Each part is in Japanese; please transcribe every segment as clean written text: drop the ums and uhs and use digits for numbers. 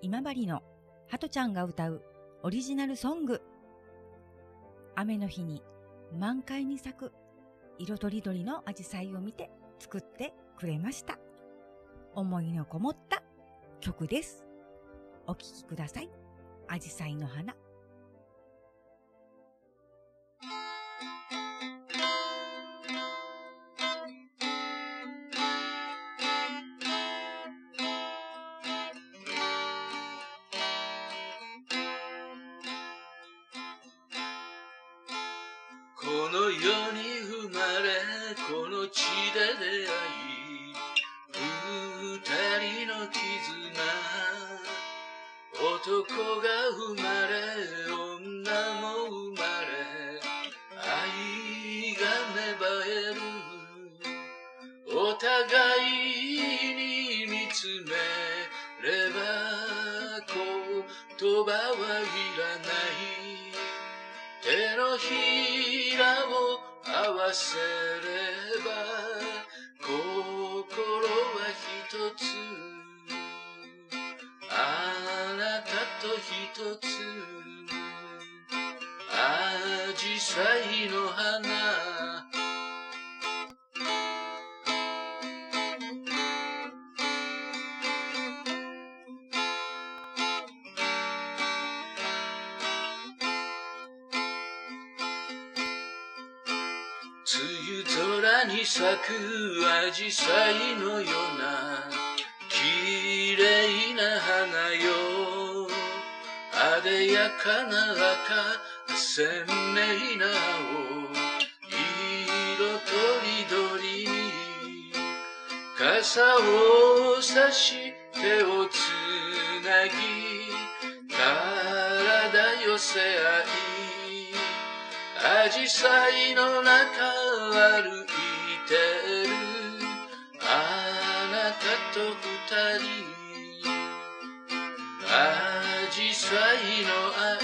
今治のハトちゃんが歌うオリジナルソング。雨の日に満開に咲く色とりどりのアジサイを見て作ってくれました。思いのこもった曲です。お聴きください。アジサイの花。 この世に生まれこの地で出会い、二人の絆、男が生まれ女も生まれ、愛が芽生える、お互いに見つめれば言葉はいらない、手のひらを合わせれば心は一つ、あなたと一つ、アジサイの花。梅雨空に咲くアジサイのような綺麗な花よ、あでやかな赤、鮮明な青、色とりどりに傘を差し手をつなぎ、体寄せ合い、アジサイの中歩いてる、あなたと二人、アジサイの愛、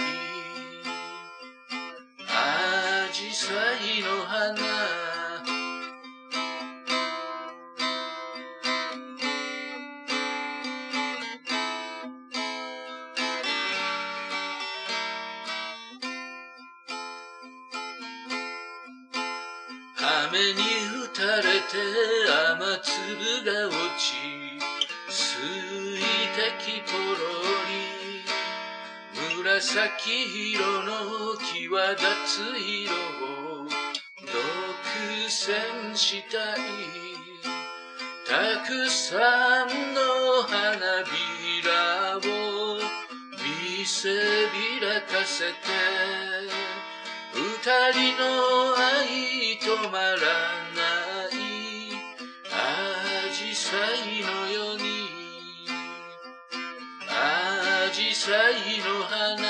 アジサイの花。雨に打たれて雨粒が落ち、水滴ポロリ、紫色の際立つ色を独占したい、たくさんの花びらを見せびらかせて、二人の愛止まらない、アジサイのように、アジサイの花。